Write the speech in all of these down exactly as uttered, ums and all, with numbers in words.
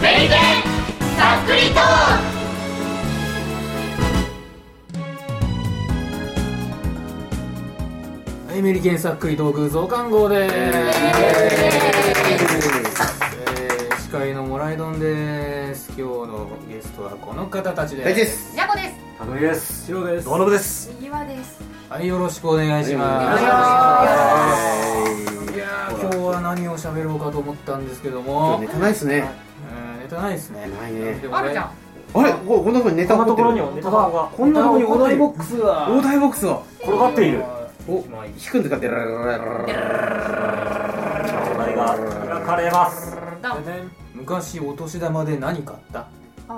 メリケンさっくりトーク。メリケンさっくりトーク増刊号でーす。えー、司会のもらいどんです。今日のゲストはこの方たちです。 大地です。 ジャコです。 たくみです。 しろです。 ドノブです。 みぎわです。 はい、よろしくお願いします。 お願いします。 いやー、今日は何を喋ろうかと思ったんですけども、 ネタないっすね。 えー、ネタないですね。 ないね。 あるじゃん。 あれ、ここんなところにネタこんなところにがネタがこんなところにお題ボックスがお題ボックスが転がっている。 お、弾くんですかってララララララ。 お題が開かれます。 昔お年玉で何買った？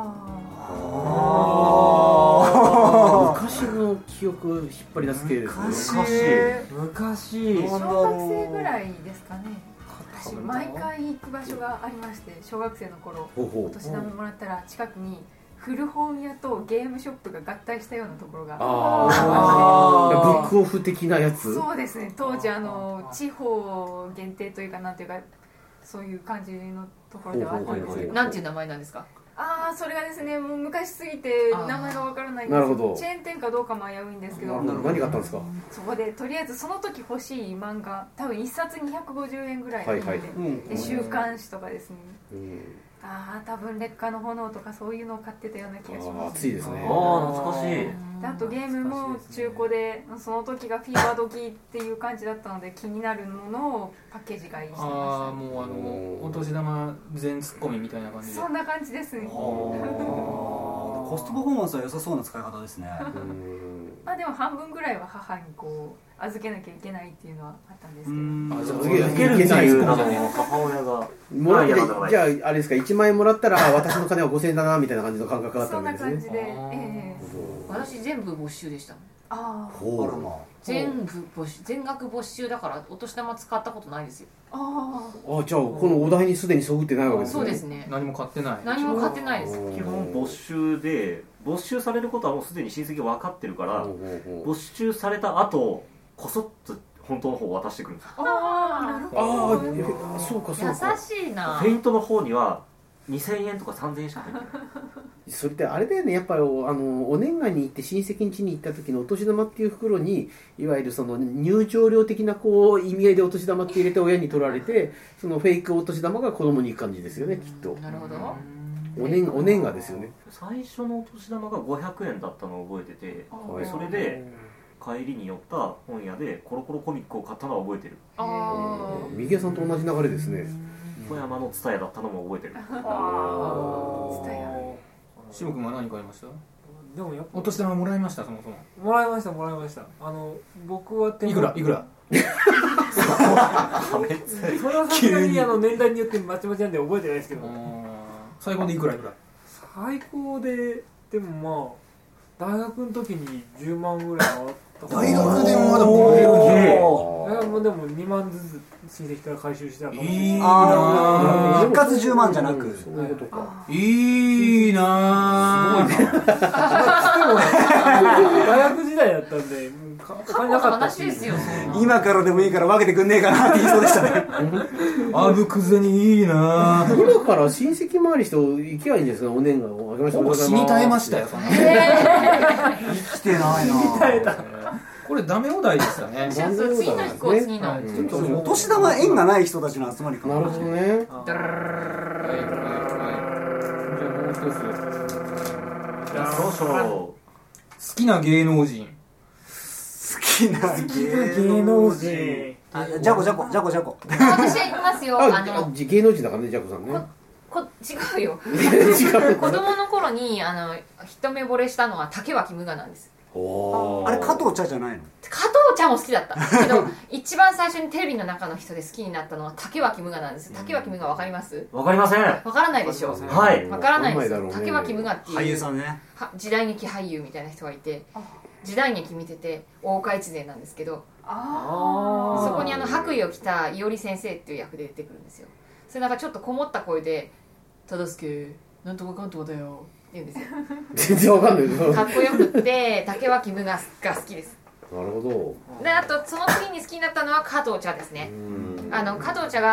昔の記憶を引っ張り出す系ですね。 昔昔小学生ぐらいですかね。私毎回行く場所がありまして、小学生の頃お年玉もらったら近くに古本屋とゲームショップが合体したようなところがああ、ブックオフ的なやつ。 そうですね。当時あの地方限定というかなんていうかそういう感じのところではあったんですけど、 なんていう名前なんですか？ ああ、それがですね、もう昔すぎて名前がわからないんです。 なるほど。 チェーン店かどうか迷うんですけど、 何があったんですか？ そこでとりあえずその時欲しい漫画、多分一冊にひゃくごじゅうえんぐらいなので、はいはい、で週刊誌とかですね、うん、ああ、多分劣化の炎とかそういうのを買ってたような気がします。 暑いですね。 ああ、懐かしい。 であとゲームも中古で、その時がフィーバー時っていう感じだったので気になるものをパッケージ買いしてました。 ああ、もうあのお年玉全ツッコミみたいな感じで。 そんな感じですね。 コストパフォーマンスは良さそうな使い方ですね。 まあでも半分ぐらいは母にこう預けなきゃいけないっていうのはあったんですけど。 あ、じゃあ預けるっていうのは母親がもらってじゃああれですか、いちまんえんもらったら私の金はごせんえんだなみたいな感じの感覚があったわけですね。 そんな感じで、えー、 私全部没収でした。 ああ、 全部没収、全額没収だからお年玉使ったことないですよ。 ああ、じゃあこのお題にすでにそぐってないわけですね。 そうですね。 何も買ってない。 何も買ってないです。 基本没収で、没収されることはもうすでに親戚が分かってるから、没収された後こそっと本当の方を渡してくるんですよ。 ああ、なるほど。 ああ、そうかそうか。 優しいな。 フェイントの方にはにせんえんとかさんぜんえんしか入ってない。 それってあれだよね、やっぱりあのお年賀に行って親戚ん家に行った時のお年玉っていう袋にいわゆるその入場料的なこう意味合いでお年玉って入れて親に取られて、そのフェイクお年玉が子供に行く感じですよね、きっと。 なるほど。 お年お年賀ですよね。 最初のお年玉がごひゃくえんだったのを覚えてて、それで帰りに寄った本屋でコロコロコミックを買ったのは覚えてる。 ああ、 右屋さんと同じ流れですね。 富山の蔦屋だったのも覚えてる。 ああ、蔦屋。 しもくんは何買いました？ でもやっぱお年玉もらいました？そもそももらいましたもらいました。あの僕はいくらいくらそれはさすがにあの年代によってまちまちなんで覚えてないですけど、 最高でいくらいくら最高ででもまあ大学の時にじゅうまんぐらいあったかな。 大学でもまだもらえるんでもでもにまんずつ親戚から回収してたかもしれない。 いいなあー、一括じゅうまんじゃなく、 そういうことか。 いいなぁ。 すごいな。大学時代だったんでお金なかったし、 話ですよ。 今からでもいいから分けてくんねえかなって言いそうでしたね。 あぶくぜにいいなぁ。 今から親戚周り人行けばいいんですか、お年賀をあげました。 ほぼ死に絶えましたよ。 生きてないな。 死に絶えた。 これダメお題でしたね。 次の飛行次の。 お年玉縁がない人たちの集まりかな。 なるほどね。 じゃあもう一つ。 少々 好きな芸能人。 好きな芸能人。 ジャコジャコジャコジャコ。 私はいますよ。あの芸能人だからね、ジャコさんね。 こ違うよ。 違う。 子供の頃にあの一目惚れしたのは竹脇無我なんです。 あれ加藤茶じゃないの？ 加藤茶も好きだったけど一番最初にテレビの中の人で好きになったのは竹脇無我なんです。竹脇無我わかります？ わかりません。 わからないでしょ。 はい。 わからないですよ。竹脇無我っていう俳優さんね。 時代劇俳優みたいな人がいて、時代劇見てて大岡越前なんですけど、 あそこにあの白衣を着た伊織先生っていう役で出てくるんですよ。それなんかちょっとこもった声で「忠助なんとかかんとかだよ」って言うんですよ。 全然わかんないけど。 かっこよくって竹脇無我が好きです。 なるほど。 であとその次に好きになったのは加藤茶ですね。あの加藤茶が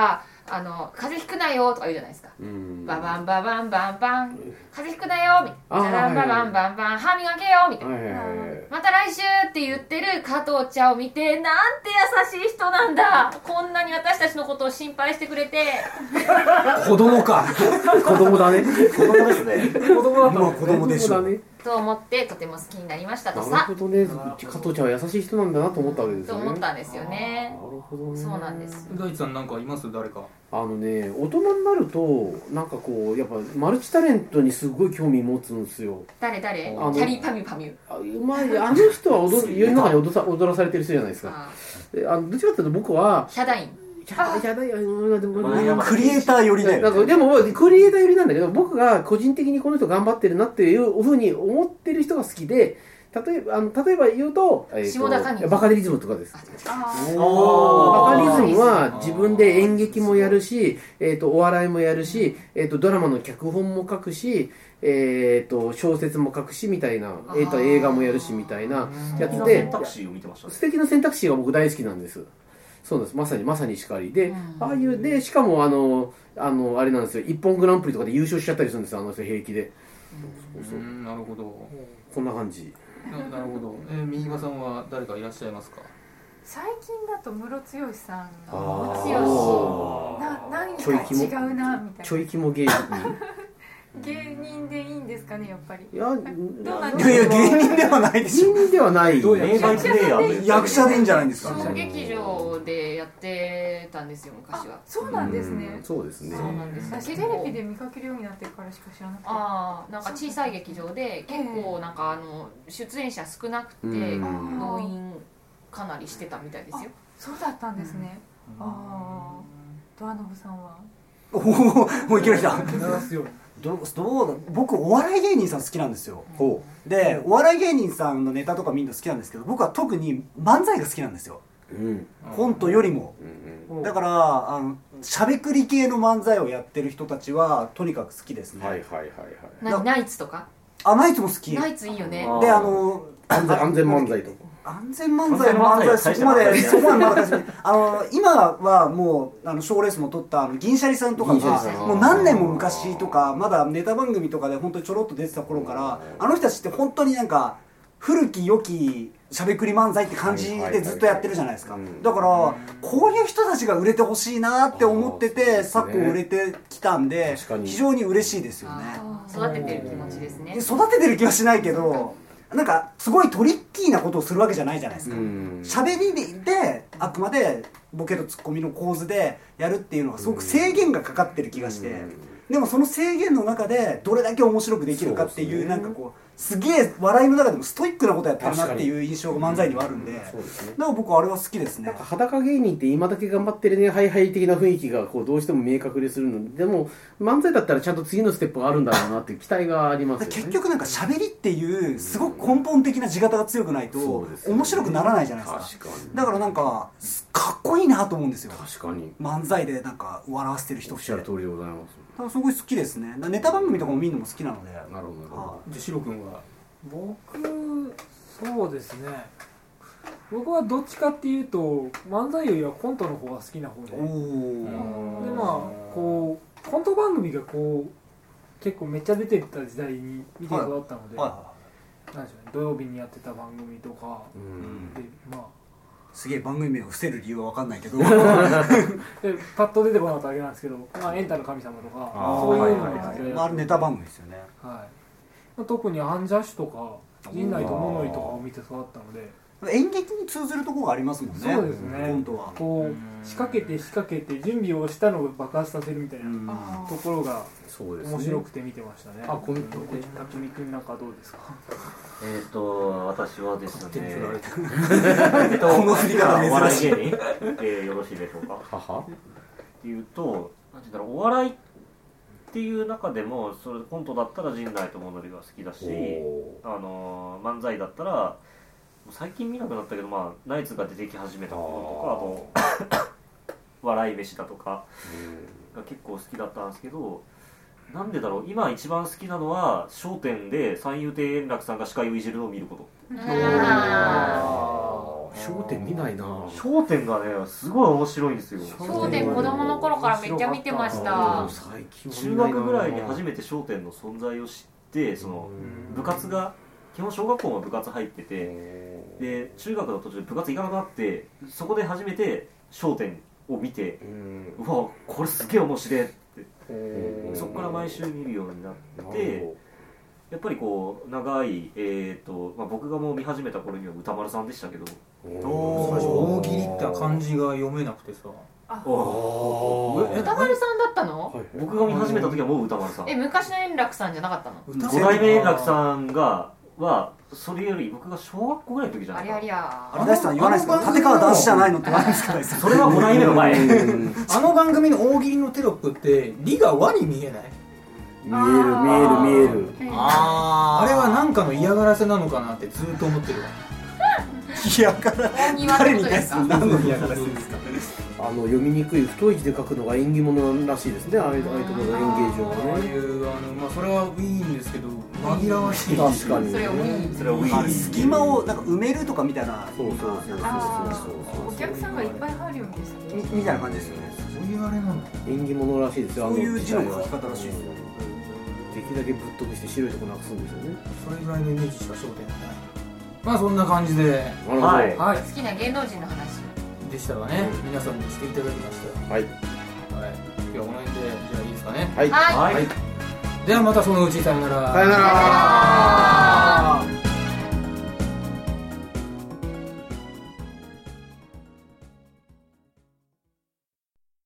あの風邪ひくなよとか言うじゃないですか。 うんババンババンバンバン風邪ひくなよみたいな。 あじゃらんババンバンバン歯磨けよみたいな。 はいはいはいはいまた来週って言ってる加藤茶を見て、なんて優しい人なんだ、こんなに私たちのことを心配してくれて。 子供か子供だね子供ですね。 子供だったまあんです子供でしょ子供だねと思ってとても好きになりましたとさなるほどね加藤ちゃんは優しい人なんだなと思ったわけですとよね思ったんですよね。 なるほどねそうなんです。 大地さんなんかいます誰か？ あのね大人になるとなんかこうやっぱマルチタレントにすごい興味持つんですよ誰誰あのキャリーパミュパミュ。 あまあ、あの人は踊る世の中に踊さ踊らされてる人じゃないですかあであのどっちかっていうと僕はヒャダイン。 いやいやいやうんでも前山クリエイター寄りだよね。 なんかでもクリエイター寄りなんだけど僕が個人的にこの人頑張ってるなっていうふうに思ってる人が好きで例えばあの例えば言うと、えーと下田カニバカリズムとかですあバカリズムは自分で演劇もやるし、えー、とお笑いもやるし、えー、とドラマの脚本も書くし、えー、と小説も書くしみたいな、えー、と映画もやるしみたいなやつで選択肢を見てましたね。 素敵な選択肢が僕大好きなんです。そうなんです。まさにまさにしかりで、 うんああいうでしかもあのあのあれなんですよ。一本グランプリとかで優勝しちゃったりするんですよ。あの人平気で。そうそううんなるほどこんな感じ。 ななるほど。えー、右側さんは誰かいらっしゃいますか？ 最近だとムロツヨシさんあがーな何ちょいキモか違うなみたいな。 ちょいキモ芸人。 芸人でいいんですかねやっぱり。 いや、 どうなんいやいや芸人ではないでしょ。 芸人ではない。 どうや名バイプレイヤーという役者でいいんじゃないんですか。 小劇場でやってたんですよ昔は。 そうなんですねうん。そうですね。 そうなんです。 私テレビで見かけるようになってからしか知らなくて。 ああなんか小さい劇場で結構なんかあの出演者少なくてうん動員かなりしてたみたいですよ。 そうだったんですね。ああ。ドアノブさんは。 おおもういきなり来た。 流すように。 どどうだ僕お笑い芸人さん好きなんですよ。 ほでお笑い芸人さんのネタとか見るの好きなんですけど僕は特に漫才が好きなんですよ。 う。うん。 コントよりも。 うんだからあのしゃべくり系の漫才をやってる人たちはとにかく好きですね。 はいはいはいはい。 なナイツとか。 あナイツも好き。 ナイツいいよね。 あーであの安全安全漫才とか。 安全漫才の漫才そこまでそこまでまだ大丈夫あの今はもうあの賞レースも取ったあの銀シャリさんとか銀シャリさんがもう何年も昔とかまだネタ番組とかで本当にちょろっと出てた頃からあの人たちって本当になんか古き良きしゃべくり漫才って感じでずっとやってるじゃないですか。だからこういう人たちが売れてほしいなって思ってて昨今売れてきたんで確かに非常に嬉しいですよね。 あー育ててる気持ちですね。 育ててる気はしないけどなんかすごいトリッキーなことをするわけじゃないじゃないですか。 うん喋りであくまでボケとツッコミの構図でやるっていうのがすごく制限がかかってる気がして、でもその制限の中でどれだけ面白くできるかっていうなんかこうすげえ笑いの中でもストイックなことやってるなっていう印象が漫才にはあるんで、 そうですね。 だから僕はあれは好きですねなんか。裸芸人って今だけ頑張ってるねハイハイ的な雰囲気がこうどうしても明確にするので、でも漫才だったらちゃんと次のステップがあるんだろうなっていう期待がありますよね。 結局なんか喋りっていうすごく根本的な地形が強くないそとうですね面白くならないじゃないですか。 確かに。 だからなんかかっこいいなと思うんですよ。 確かに。 漫才でなんか笑わせてる人って。 おっしゃる通りでございます。 だからすごい好きですね。だからネタ番組とかも見るのも好きなので。 なるほどなるほど。 じゃあシロ君は？ 僕そうですね。僕はどっちかっていうと漫才よりはコントの方が好きな方で。 おお。 でまあこうコント番組がこう結構めっちゃ出てた時代に見て育ったので、 はなんでしょうね、土曜日にやってた番組とかうん。 でまあい。すげえ番組名を伏せる理由は分かんないけど。 でパッと出てこなかっただけなんですけど、まあ、エンタの神様とかあーそういうのはいはいはいをずっとやってまああれネタ番組ですよね。 はいまあ、特にアンジャッシュとか陣内智則とかを見て育ったので演劇に通ずるところがありますもんね。 そうですねコントは。 こう仕掛けて仕掛けて準備をしたのを爆発させるみたいなうんあところがそうですね。 面白くて見てましたね。 あこんで匠海くんなんかどうですか？ えっと私はですね手に振られてえっとこの振り方珍しいお笑い芸人でよろしいでしょうか。 母。 っていうとなんていうんだろうお笑いっていう中でもそれコントだったら陣内智則が好きだし、 おあの漫才だったら最近見なくなったけど、まあ、ナイツが出てき始めた頃とかあと笑い飯だとかが結構好きだったんですけど、なんでだろう今一番好きなのは笑点で三遊亭円楽さんが司会をいじるのを見ること。 あ焦点見ないな。 焦点がねすごい面白いんですよ。 焦点子供の頃からめっちゃ見てました。 最近中学ぐらいに初めて焦点の存在を知って、その部活が基本小学校も部活入ってて、で中学の途中で部活行かなくなって、そこで初めて焦点を見て、うわこれすげえ面白いって、そこから毎週見るようになって、やっぱりこう長い、えーとまあ、僕がもう見始めた頃には歌丸さんでしたけど、 最初大喜利って漢字が読めなくてさ、 あ歌丸さんだったの？ 僕が見始めた時はもう歌丸さん。 え昔の円楽さんじゃなかったの？ ご代目円楽さんがはそれより僕が小学校ぐらいの時じゃないかな。 ありゃりゃあれ大志さん言わないですか、立川談志じゃないのって言わないですか。 それはご代目の前。 あの番組の大喜利のテロップってリが輪に見えない？ 見える見える見える。 ああれは何かの嫌がらせなのかなってずっと思ってるわ。 嫌がらせ、誰に対する何の嫌がらせですか。 あの読みにくい太い字で書くのが縁起物らしいですね。ああいうところの演芸場はね。 ああいうあのまあそれはいいんですけど紛らわしい。 確かに。 それはウィーン。 それはウィーン。 隙間をなんか埋めるとかみたいな。 そうそうそうお客さんがいっぱい入るようにですね。 みたいな感じですよね。 そういうあれなんだ。 縁起物らしいですよ。 そういう字の書き方らしいですよ。 できるだけぶっ飛びして白いとこなくすんですよね。 それぐらいのイメージしか焦点がない。まあそんな感じで、 はいはい、 好きな芸能人の話でしたがね、皆さんにしていただきました。 はい。 はい。今日はこの辺でじゃあいいですかね。 はい。 はい。 ではまたそのうちさよなら。 さよなら。